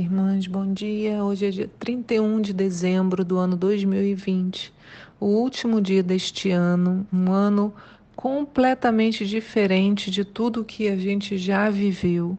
irmãs, bom dia. Hoje é dia 31 de dezembro do ano 2020, o último dia deste ano, um ano completamente diferente de tudo que a gente já viveu.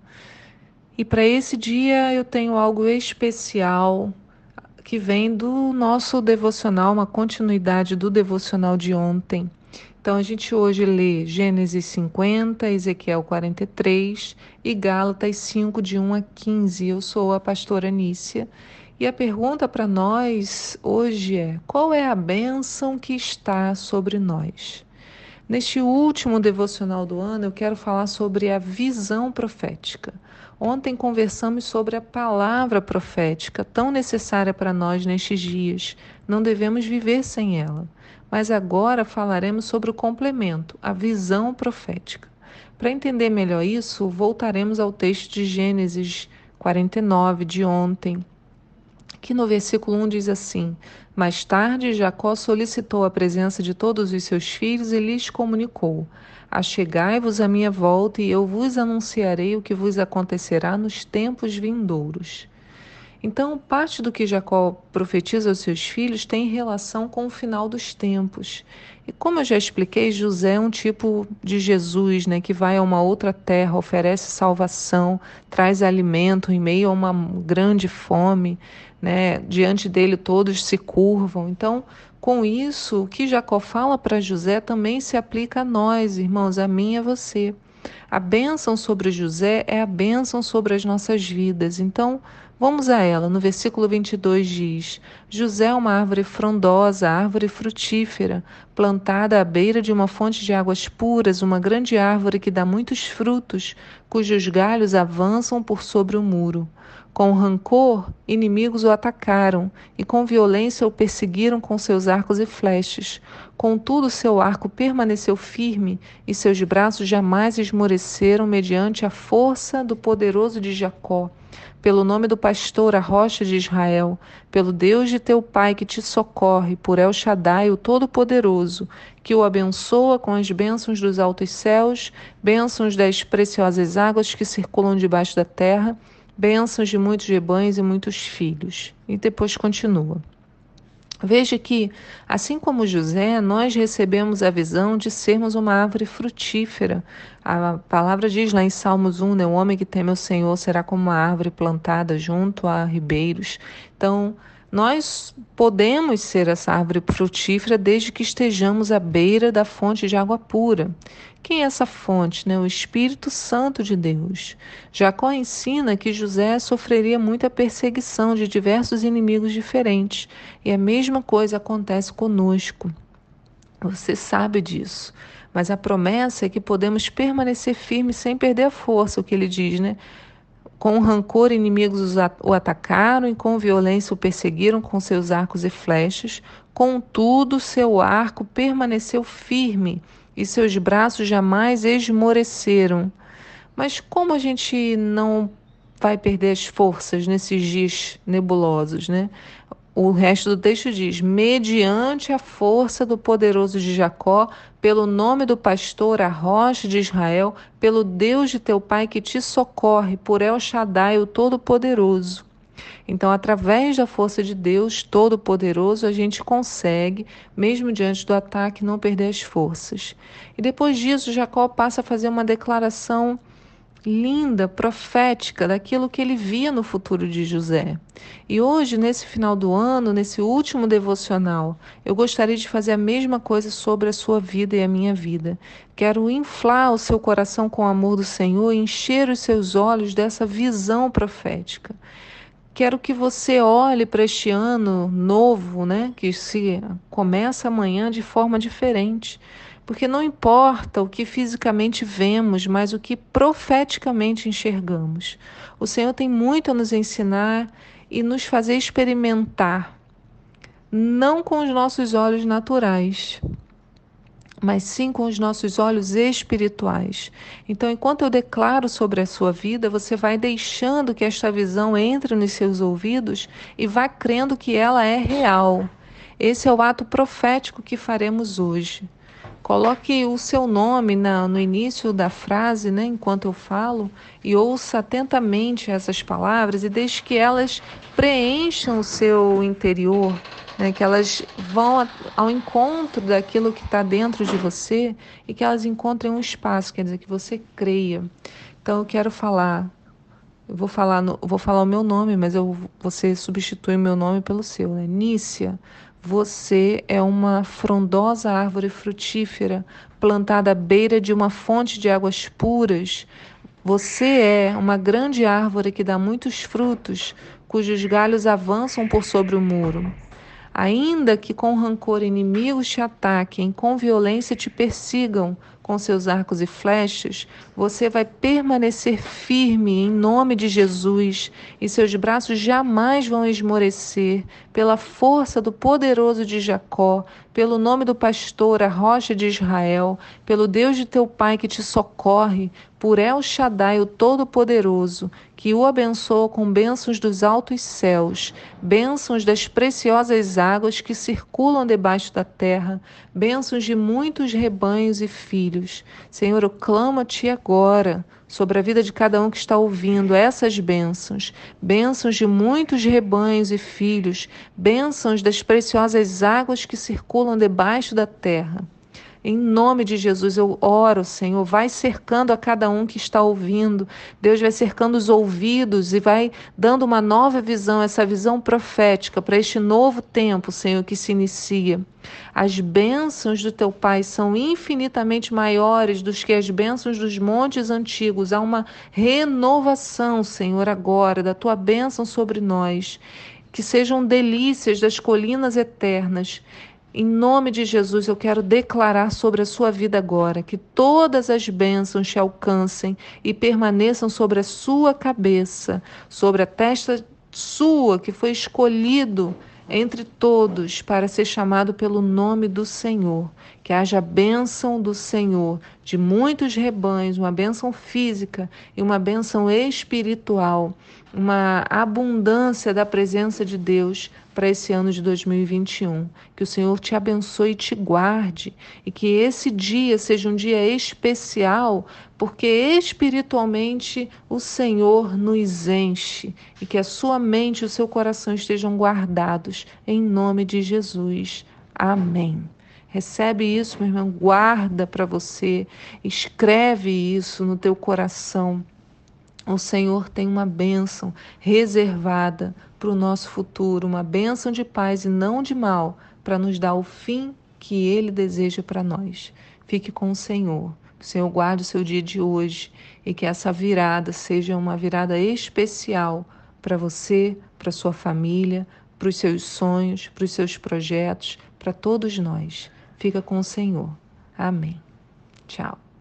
E para esse dia eu tenho algo especial que vem do nosso devocional, uma continuidade do devocional de ontem. Então a gente hoje lê Gênesis 50, Ezequiel 43 e Gálatas 5, de 1 a 15. Eu sou a pastora Nícia e a pergunta para nós hoje é: qual é a bênção que está sobre nós? Neste último devocional do ano, eu quero falar sobre a visão profética. Ontem conversamos sobre a palavra profética, tão necessária para nós nestes dias. Não devemos viver sem ela. Mas agora falaremos sobre o complemento, a visão profética. Para entender melhor isso, voltaremos ao texto de Gênesis 49 de ontem, que no versículo 1 diz assim: Mais tarde, Jacó solicitou a presença de todos os seus filhos e lhes comunicou: Achegai-vos à minha volta e eu vos anunciarei o que vos acontecerá nos tempos vindouros. Então, parte do que Jacó profetiza aos seus filhos tem relação com o final dos tempos. E como eu já expliquei, José é um tipo de Jesus, né, que vai a uma outra terra, oferece salvação, traz alimento em meio a uma grande fome, né? Diante dele todos se curvam. Então, com isso, o que Jacó fala para José também se aplica a nós, irmãos, a mim e a você. A bênção sobre José é a bênção sobre as nossas vidas. Então, vamos a ela. No versículo 22 diz: José é uma árvore frondosa, árvore frutífera, plantada à beira de uma fonte de águas puras, uma grande árvore que dá muitos frutos, cujos galhos avançam por sobre o muro. Com rancor, inimigos o atacaram, e com violência o perseguiram com seus arcos e flechas. Contudo, seu arco permaneceu firme, e seus braços jamais esmoreceram mediante a força do poderoso de Jacó. Pelo nome do pastor, a rocha de Israel, pelo Deus de teu pai que te socorre, por El Shaddai, o Todo-Poderoso, que o abençoa com as bênçãos dos altos céus, bênçãos das preciosas águas que circulam debaixo da terra, bênçãos de muitos rebanhos e muitos filhos. E depois continua. Veja que, assim como José, nós recebemos a visão de sermos uma árvore frutífera. A palavra diz lá em Salmos 1, né, o homem que teme ao Senhor será como uma árvore plantada junto a ribeiros. Então, nós podemos ser essa árvore frutífera desde que estejamos à beira da fonte de água pura. Quem é essa fonte? Né? O Espírito Santo de Deus. Jacó ensina que José sofreria muita perseguição de diversos inimigos diferentes. E a mesma coisa acontece conosco. Você sabe disso. Mas a promessa é que podemos permanecer firmes sem perder a força, o que ele diz, né? Com rancor, inimigos o atacaram e com violência o perseguiram com seus arcos e flechas. Contudo, seu arco permaneceu firme e seus braços jamais esmoreceram. Mas como a gente não vai perder as forças nesses dias nebulosos, né? O resto do texto diz: mediante a força do poderoso de Jacó, pelo nome do pastor, a rocha de Israel, pelo Deus de teu pai que te socorre, por El Shaddai, o Todo-Poderoso. Então, através da força de Deus Todo-Poderoso, a gente consegue, mesmo diante do ataque, não perder as forças. E depois disso, Jacó passa a fazer uma declaração linda, profética, daquilo que ele via no futuro de José. E hoje, nesse final do ano, nesse último devocional, eu gostaria de fazer a mesma coisa sobre a sua vida e a minha vida. Quero inflar o seu coração com o amor do Senhor e encher os seus olhos dessa visão profética. Quero que você olhe para este ano novo, né, que se começa amanhã de forma diferente. Porque não importa o que fisicamente vemos, mas o que profeticamente enxergamos. O Senhor tem muito a nos ensinar e nos fazer experimentar, não com os nossos olhos naturais, mas sim com os nossos olhos espirituais. Então, enquanto eu declaro sobre a sua vida, você vai deixando que esta visão entre nos seus ouvidos e vá crendo que ela é real. Esse é o ato profético que faremos hoje. Coloque o seu nome no início da frase, né, enquanto eu falo, e ouça atentamente essas palavras e deixe que elas preencham o seu interior, né, que elas vão ao encontro daquilo que está dentro de você e que elas encontrem um espaço, quer dizer, que você creia. Então eu quero falar. Eu vou falar o meu nome, mas você substitui o meu nome pelo seu, né? Nícia, você é uma frondosa árvore frutífera, plantada à beira de uma fonte de águas puras. Você é uma grande árvore que dá muitos frutos, cujos galhos avançam por sobre o muro. Ainda que com rancor inimigos te ataquem, com violência te persigam com seus arcos e flechas, você vai permanecer firme em nome de Jesus e seus braços jamais vão esmorecer. Pela força do poderoso de Jacó, pelo nome do pastor, a rocha de Israel, pelo Deus de teu pai que te socorre, por El Shaddai, o Todo-Poderoso, que o abençoa com bênçãos dos altos céus, bênçãos das preciosas águas que circulam debaixo da terra, bênçãos de muitos rebanhos e filhos. Senhor, eu clamo a Ti agora sobre a vida de cada um que está ouvindo essas bênçãos, bênçãos de muitos rebanhos e filhos, bênçãos das preciosas águas que circulam debaixo da terra. Em nome de Jesus, eu oro, Senhor, vai cercando a cada um que está ouvindo. Deus vai cercando os ouvidos e vai dando uma nova visão, essa visão profética para este novo tempo, Senhor, que se inicia. As bênçãos do teu Pai são infinitamente maiores do que as bênçãos dos montes antigos. Há uma renovação, Senhor, agora, da tua bênção sobre nós. Que sejam delícias das colinas eternas. Em nome de Jesus, eu quero declarar sobre a sua vida agora que todas as bênçãos te alcancem e permaneçam sobre a sua cabeça, sobre a testa sua, que foi escolhido entre todos para ser chamado pelo nome do Senhor. Que haja bênção do Senhor de muitos rebanhos, uma bênção física e uma bênção espiritual, uma abundância da presença de Deus para esse ano de 2021. Que o Senhor te abençoe e te guarde e que esse dia seja um dia especial, porque espiritualmente o Senhor nos enche e que a sua mente e o seu coração estejam guardados em nome de Jesus. Amém. Recebe isso, meu irmão, guarda para você, escreve isso no teu coração. O Senhor tem uma bênção reservada para o nosso futuro, uma bênção de paz e não de mal, para nos dar o fim que Ele deseja para nós. Fique com o Senhor. Que o Senhor guarde o seu dia de hoje e que essa virada seja uma virada especial para você, para sua família, para os seus sonhos, para os seus projetos, para todos nós. Fica com o Senhor. Amém. Tchau.